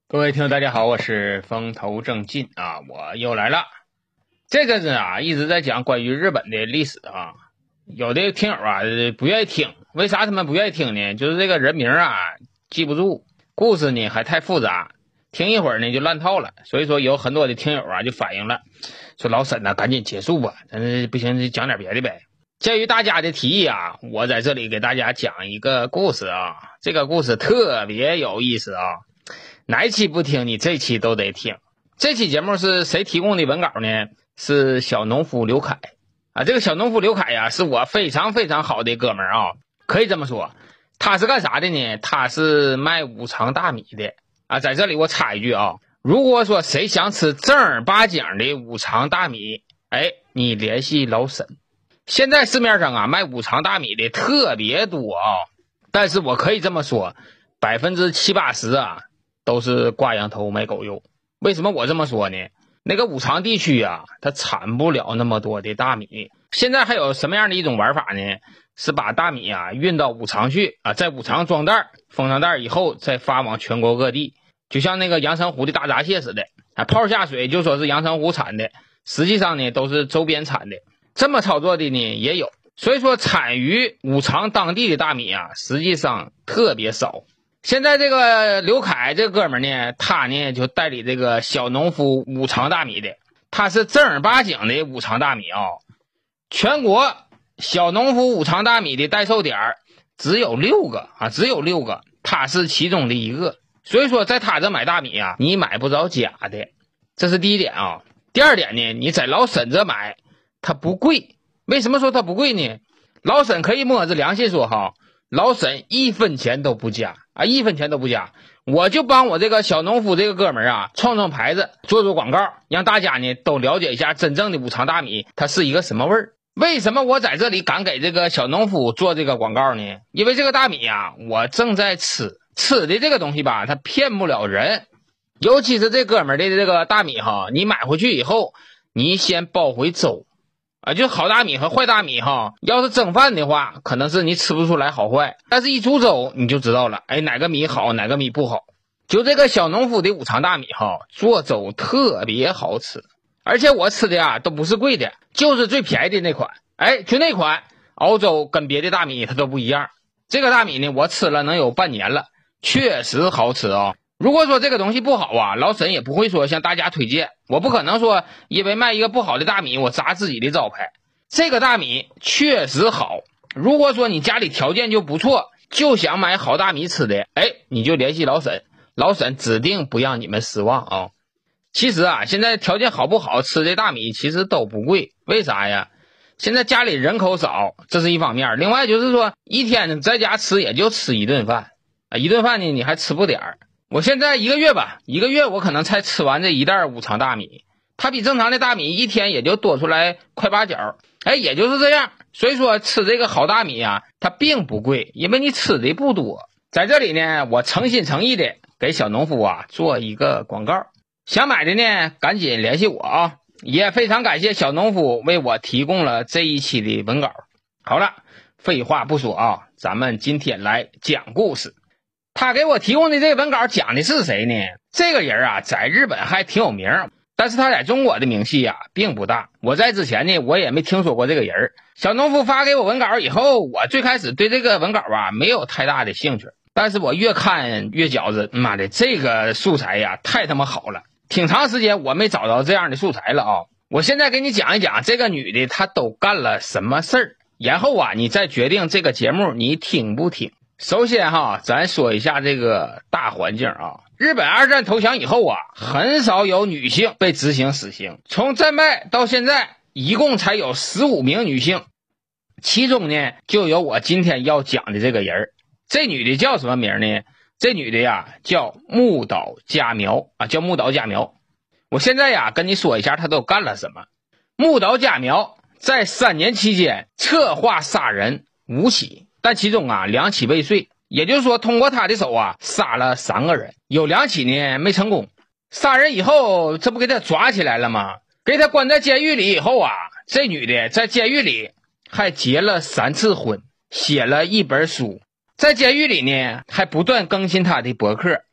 各位听众大家好，我是风头正劲啊，我又来了。这阵子啊一直在讲关于日本的历史啊，有的听友啊不愿意听，为啥他们不愿意听呢？就是这个人名啊记不住，故事呢还太复杂，听一会儿呢就乱套了。所以说有很多的听友啊就反映了，说老沈啊赶紧结束吧，但是不行就讲点别的呗。鉴于大家的提议啊，我在这里给大家讲一个故事啊，这个故事特别有意思啊。哪期不听你这期都得听。这期节目是谁提供的文稿呢？是小农夫刘凯啊。这个小农夫刘凯呀，是我非常非常好的哥们儿啊，可以这么说。他是干啥的呢？他是卖五常大米的啊。在这里我插一句啊，如果说谁想吃正儿八经的五常大米，你联系老沈。现在市面上啊卖五常大米的特别多啊，但是我可以这么说，70%-80%啊都是挂羊头卖狗肉。为什么我这么说呢？那个五常地区啊，它产不了那么多的大米。现在还有什么样的一种玩法呢？是把大米啊运到五常去啊，在五常装袋封上袋以后再发往全国各地，就像那个阳澄湖的大闸蟹似的啊，泡下水就说是阳澄湖产的，实际上呢都是周边产的。这么操作的呢也有，所以说产于五常当地的大米啊实际上特别少。现在这个刘凯这个哥们呢，他呢就代理这个小农夫五常大米的，他是正儿八经的五常大米啊。全国小农夫五常大米的代售点只有6个啊，只有6个，他是其中的一个。所以说在他这买大米啊，你买不着假的，这是第一点啊。第二点呢，你在老沈这买它不贵。为什么说它不贵呢？老沈可以摸着良心说哈，老沈1分钱都不加啊，1分钱都不加。我就帮我这个小农夫这个哥们啊创创牌子，做做广告，让大家呢都了解一下真正的五常大米它是一个什么味儿。为什么我在这里敢给这个小农夫做这个广告呢？因为这个大米啊我正在吃的这个东西吧，它骗不了人。尤其是这哥们的这个大米哈，你买回去以后你先煲回粥啊，就好大米和坏大米哈，要是蒸饭的话可能是你吃不出来好坏，但是一煮粥你就知道了，哪个米好哪个米不好。就这个小农夫的五常大米哈，做粥特别好吃，而且我吃的啊都不是贵的，就是最便宜的那款，就那款熬粥跟别的大米它都不一样。这个大米呢我吃了能有半年了，确实好吃啊。如果说这个东西不好啊，老沈也不会说向大家推荐，我不可能说因为卖一个不好的大米我砸自己的招牌。这个大米确实好，如果说你家里条件就不错，就想买好大米吃的，你就联系老沈，老沈指定不让你们失望啊。其实啊，现在条件好不好吃的大米其实都不贵，为啥呀？现在家里人口少，这是一方面，另外就是说一天在家吃也就吃一顿饭啊，一顿饭呢你还吃不点儿。我现在一个月我可能才吃完这一袋五常大米，它比正常的大米一天也就多出来快8角，也就是这样。所以说吃这个好大米啊，它并不贵，因为你吃的不多。在这里呢，我诚心诚意的给小农夫啊做一个广告，想买的呢赶紧联系我啊！也非常感谢小农夫为我提供了这一期的文稿。好了，废话不说啊，咱们今天来讲故事。他给我提供的这个文稿讲的是谁呢？这个人啊在日本还挺有名，但是他在中国的名气啊并不大。我在之前呢我也没听说过这个人。小农夫发给我文稿以后，我最开始对这个文稿啊没有太大的兴趣，但是我越看越觉着妈的这个素材呀太他妈好了，挺长时间我没找到这样的素材了啊。我现在给你讲一讲这个女的她都干了什么事儿，然后啊你再决定这个节目你听不听。首先哈，咱说一下这个大环境啊。日本2战投降以后啊，很少有女性被执行死刑。从战败到现在，一共才有15名女性，其中呢就有我今天要讲的这个人。这女的叫什么名呢？这女的呀叫木岛佳苗啊，叫木岛佳苗。我现在呀跟你说一下她都干了什么。木岛佳苗在3年期间策划杀人5起。但其中啊2起未遂，也就是说通过他的手啊杀了3个人，有2起呢没成功。杀人以后这不给他抓起来了吗？给他关在监狱里以后啊，这女的在监狱里还结了3次婚，写了1本书，在监狱里呢还不断更新她的博客，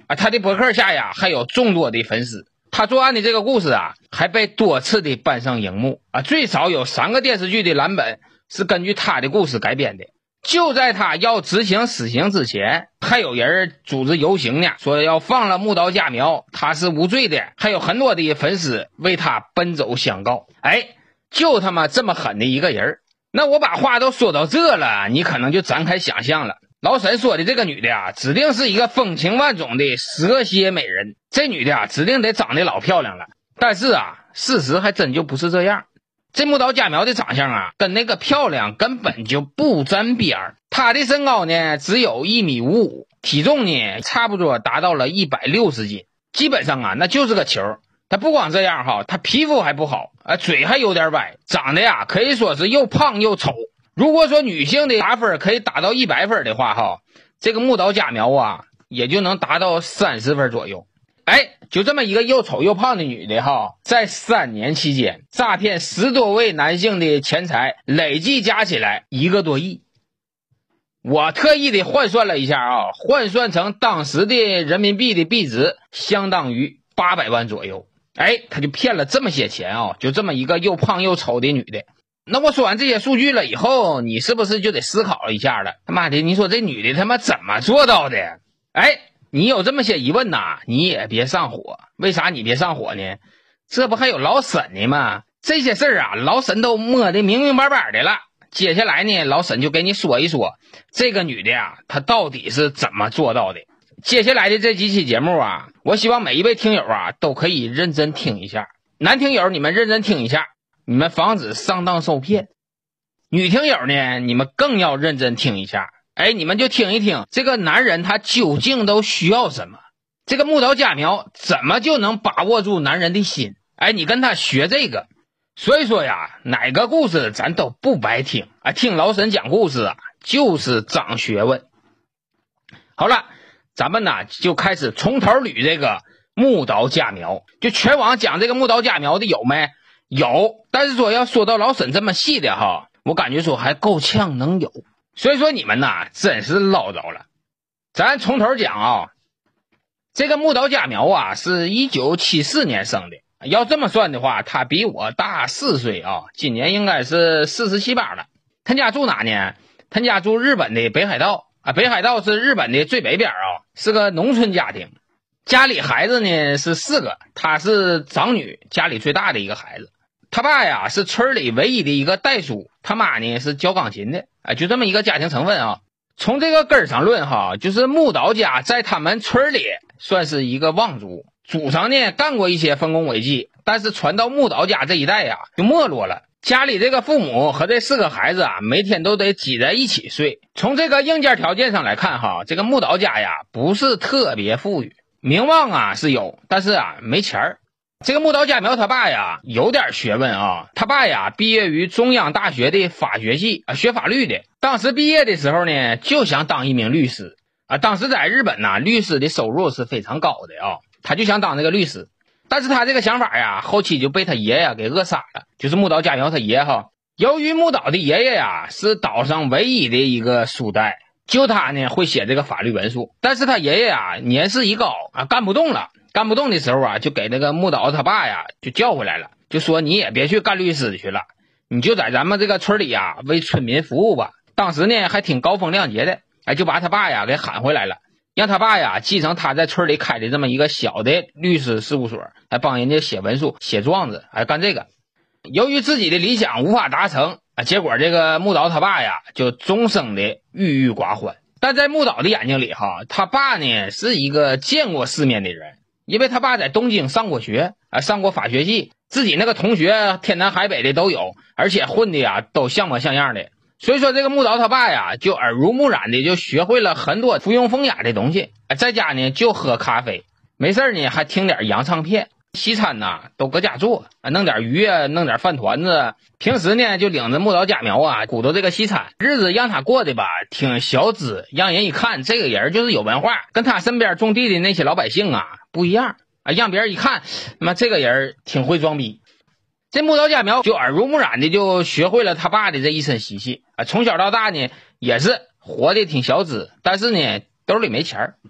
啊，他的博客下呀还有众多的粉丝。他作案的这个故事啊，还被多次的搬上荧幕啊，最少有3个电视剧的蓝本是根据他的故事改编的。就在他要执行死刑之前，还有人组织游行呢，说要放了木岛佳苗，他是无罪的，还有很多的粉丝为他奔走相告。哎，就他妈这么狠的一个人。那我把话都说到这了，你可能就展开想象了。老沈说的这个女的啊，指定是一个风情万种的蛇蝎美人，这女的啊，指定得长得老漂亮了。但是啊，事实还真就不是这样。这木岛佳苗的长相啊，跟那个漂亮根本就不沾边儿。她的身高呢，只有1.55米，体重呢，差不多达到了160斤，基本上啊，那就是个球。她不光这样哈，她皮肤还不好，嘴还有点歪，长得呀，可以说是又胖又丑。如果说女性的打分可以达到100分的话哈，这个木岛佳苗啊也就能达到30分左右。哎，就这么一个又丑又胖的女的哈，在3年期间诈骗10多位男性的钱财，累计加起来1个多亿。我特意的换算了一下啊，换算成当时的人民币的币值，相当于800万左右。哎，他就骗了这么些钱啊，就这么一个又胖又丑的女的。那我说完这些数据了以后，你是不是就得思考一下了？他妈的，你说这女的他妈怎么做到的？哎，你有这么些疑问呐，你也别上火。为啥你别上火呢？这不还有老沈呢吗？这些事儿啊，老沈都摸得明明白白的了。接下来呢，老沈就给你说一说这个女的啊，她到底是怎么做到的。接下来的这几期节目啊，我希望每一位听友啊都可以认真听一下。男听友你们认真听一下，你们防止上当受骗。女听友呢，你们更要认真听一下。哎，你们就听一听这个男人他究竟都需要什么，这个木岛佳苗怎么就能把握住男人的心。哎，你跟他学这个。所以说呀，哪个故事咱都不白听啊，听老沈讲故事啊就是长学问。好了，咱们呢就开始从头捋这个木岛佳苗。就全网讲这个木岛佳苗的有没有？但是说要说到老沈这么细的哈，我感觉说还够呛能有。所以说你们呐真是唠叨了。咱从头讲啊，这个木岛佳苗啊是1974年生的。要这么算的话，他比我大4岁啊，今年应该是47、8了。他家住哪呢？他家住日本的北海道啊，北海道是日本的最北边啊，是个农村家庭。家里孩子呢是4个，他是长女，家里最大的一个孩子。他爸呀是村里唯一的一个代书，他妈呢是教钢琴的，就这么一个家庭成分啊。从这个根儿上论哈，就是木岛家在他们村里算是一个望族。祖上呢干过一些丰功伟绩，但是传到木岛家这一代呀就没落了。家里这个父母和这4个孩子啊，每天都得挤在一起睡。从这个硬件条件上来看哈，这个木岛家呀不是特别富裕，名望啊是有，但是啊没钱儿。这个木岛佳苗他爸呀有点学问啊，他爸呀毕业于中央大学的法学系啊，学法律的。当时毕业的时候呢，就想当一名律师啊。当时在日本呢，律师的收入是非常高的啊。他就想当这个律师，但是他这个想法呀，后期就被他爷呀给扼杀了，就是木岛佳苗他爷哈。由于木岛的爷爷呀是岛上唯一的一个书呆，就他呢会写这个法律文书，但是他爷爷啊年事已高啊，干不动了，干不动的时候啊，就给那个木岛他爸呀就叫回来了，就说你也别去干律师去了，你就在咱们这个村里啊为村民服务吧。当时呢还挺高风亮节的，就把他爸呀给喊回来了。让他爸呀继承他在村里开的这么一个小的律师事务所，还帮人家写文书写状子，还干这个。由于自己的理想无法达成结果这个木岛他爸呀就终生的郁郁寡欢。但在木岛的眼睛里哈，他爸呢是一个见过世面的人，因为他爸在东京上过学上过法学系，自己那个同学天南海北的都有，而且混的呀都像模像样的。所以说这个木岛他爸呀就耳濡目染的就学会了很多附庸风雅的东西，在家呢就喝咖啡，没事呢还听点洋唱片，西餐呐都搁家做弄点鱼弄点饭团子。平时呢就领着木岛佳苗鼓捣这个西餐，日子让他过的吧挺小资，让人一看这个人就是有文化，跟他身边种地的那些老百姓不一样让别人一看那这个人挺会装逼。这木岛佳苗就耳濡目染的就学会了他爸的这一身习气从小到大呢也是活得挺小资，但是呢兜里没钱。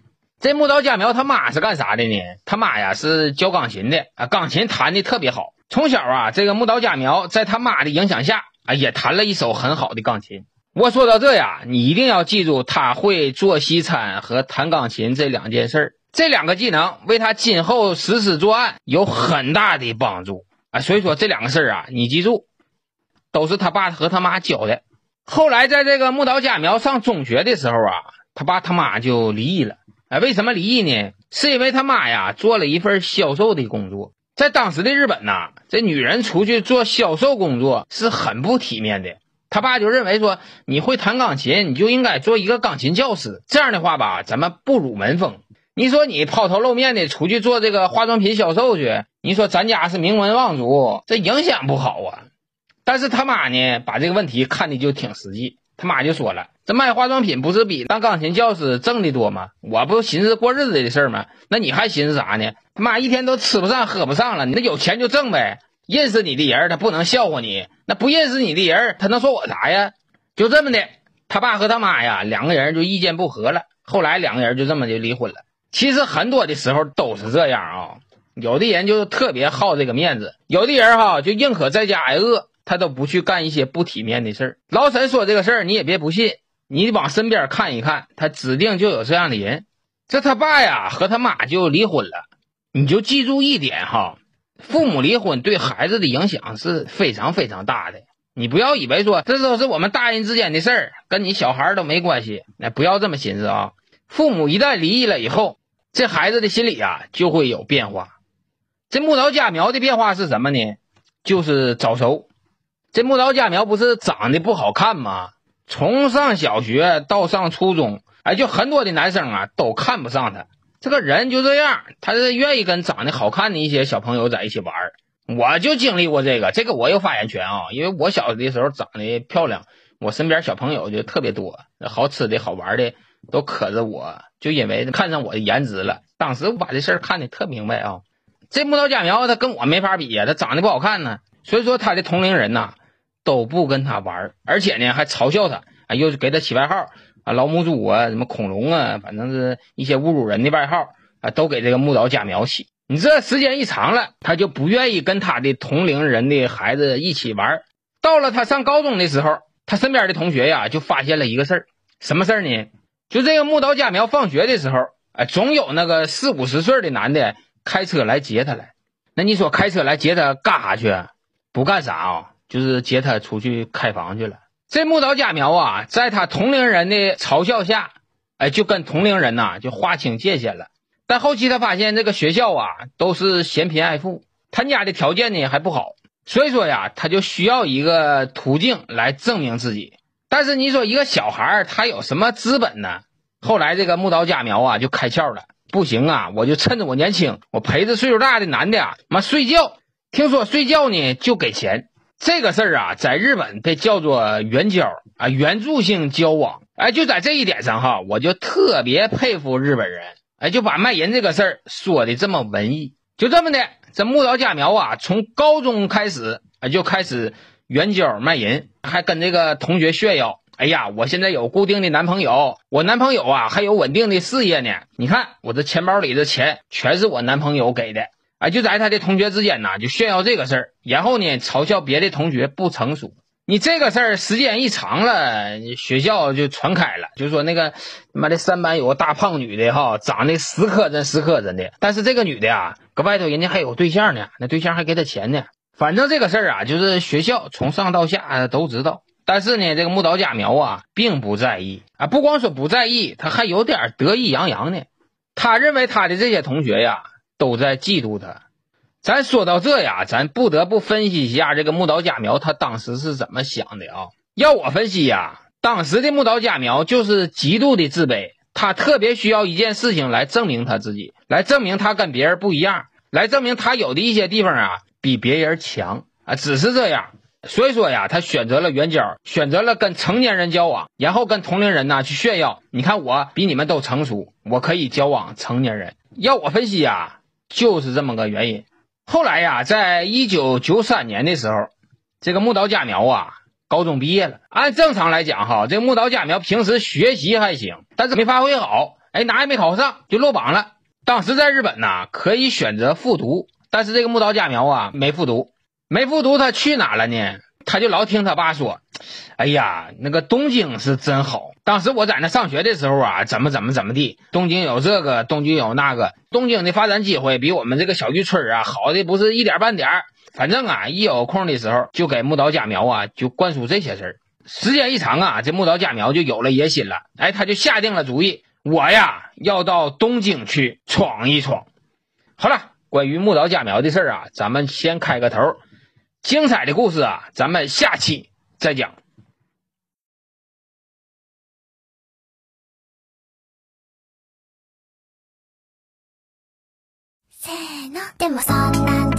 这木岛佳苗他妈是干啥的呢？他妈呀是教钢琴的啊，钢琴弹的特别好。从小啊，这个木岛佳苗在他妈的影响下啊，也弹了一手很好的钢琴。我说到这呀，你一定要记住他会做西餐和弹钢琴这两件事，这两个技能为他今后实施作案有很大的帮助啊。所以说这两个事啊，你记住，都是他爸和他妈教的。后来在这个木岛佳苗上中学的时候啊，他爸他妈就离异了。为什么离异呢？是因为他妈呀做了一份销售的工作。在当时的日本呐，这女人出去做销售工作是很不体面的。他爸就认为说，你会弹钢琴，你就应该做一个钢琴教师，这样的话吧，咱们不辱门风。你说你抛头露面的出去做这个化妆品销售去，你说咱家是名门望族，这影响不好啊。但是他妈呢，把这个问题看的就挺实际。他妈就说了，这卖化妆品不是比当钢琴教师挣的多吗？我不寻思过日子的事吗？那你还寻思啥呢？他妈一天都吃不上喝不上了，你那有钱就挣呗。认识你的人他不能笑话你，那不认识你的人他能说我啥呀？就这么的，他爸和他妈呀两个人就意见不合了，后来两个人就这么就离婚了。其实很多的时候都是这样啊，有的人就特别好这个面子，有的人哈就宁可在家挨饿，他都不去干一些不体面的事儿。老沈说这个事儿你也别不信，你往身边看一看，他指定就有这样的人。这他爸呀和他妈就离婚了，你就记住一点哈，父母离婚对孩子的影响是非常非常大的。你不要以为说这都是我们大人之间的事儿，跟你小孩都没关系，不要这么寻思啊。父母一旦离异了以后，这孩子的心理啊就会有变化。这木岛佳苗的变化是什么呢？就是早熟。这木岛佳苗不是长得不好看吗？从上小学到上初中，就很多的男生啊都看不上他。这个人就这样，他是愿意跟长得好看的一些小朋友在一起玩。我就经历过这个我有发言权啊，因为我小的时候长得漂亮，我身边小朋友就特别多，好吃的好玩的都可着我，就因为看上我的颜值了。当时我把这事儿看得特明白啊。这木岛佳苗他跟我没法比呀，他长得不好看呢，所以说他的同龄人呐都不跟他玩，而且呢还嘲笑他，又给他起外号啊，老母猪啊，什么恐龙啊，反正是一些侮辱人的外号啊，都给这个木岛佳苗起。你这时间一长了，他就不愿意跟他的同龄人的孩子一起玩。到了他上高中的时候，他身边的同学呀就发现了一个事儿。什么事儿呢？就这个木岛佳苗放学的时候，总有那个40-50岁的男的开车来接他来。那你说开车来接他干啥去？不干啥啊，就是接他出去开房去了。这木岛佳苗啊，在他同龄人的嘲笑下，就跟同龄人呐就划清界限了。但后期他发现这个学校啊都是嫌贫爱富，他家的条件呢还不好，所以说呀他就需要一个途径来证明自己。但是你说一个小孩他有什么资本呢？后来这个木岛佳苗啊就开窍了，不行啊，我就趁着我年轻，我陪着岁数大的男的啊睡觉，听说睡觉呢就给钱。这个事儿啊在日本被叫做援交啊，援助性交往。就在这一点上哈，我就特别佩服日本人，就把卖淫这个事儿说的这么文艺。就这么的，这木岛佳苗啊从高中开始就开始援交卖淫，还跟这个同学炫耀，哎呀，我现在有固定的男朋友，我男朋友啊还有稳定的事业呢，你看我这钱包里的钱全是我男朋友给的。就在他的同学之间呢就炫耀这个事儿，然后呢嘲笑别的同学不成熟。你这个事儿时间一长了，学校就传开了，就说那个他妈的3班有个大胖女的哈，长得死磕碜的，但是这个女的啊搁外头人家还有对象呢，那对象还给她钱呢。反正这个事儿啊就是学校从上到下都知道。但是呢这个木岛佳苗啊并不在意啊，不光说不在意，他还有点得意洋洋呢。他认为他的这些同学呀都在嫉妒他。咱说到这呀，咱不得不分析一下这个木岛佳苗他当时是怎么想的啊。要我分析呀，当时的木岛佳苗就是极度的自卑，他特别需要一件事情来证明他自己，来证明他跟别人不一样，来证明他有的一些地方啊比别人强啊，只是这样。所以说呀，他选择了援交，选择了跟成年人交往，然后跟同龄人呢去炫耀，你看我比你们都成熟，我可以交往成年人。要我分析呀，就是这么个原因。后来呀，在1993年的时候，这个木岛佳苗啊高中毕业了。按正常来讲哈，这个木岛佳苗平时学习还行，但是没发挥好， 哪也没考上就落榜了。当时在日本呐，可以选择复读，但是这个木岛佳苗啊没复读，他去哪了呢？他就老听他爸说，哎呀，那个东京是真好。当时我在那上学的时候啊，怎么地，东京有这个，东京有那个，东京的发展机会比我们这个小渔村啊好的不是一点半点。反正啊，一有空的时候就给木岛佳苗啊就灌输这些事儿。时间一长啊，这木岛佳苗就有了野心了，他就下定了主意，我呀要到东京去闯一闯。好了，关于木岛佳苗的事儿啊，咱们先开个头。精彩的故事啊，咱们下期再讲。 せーのでもそんな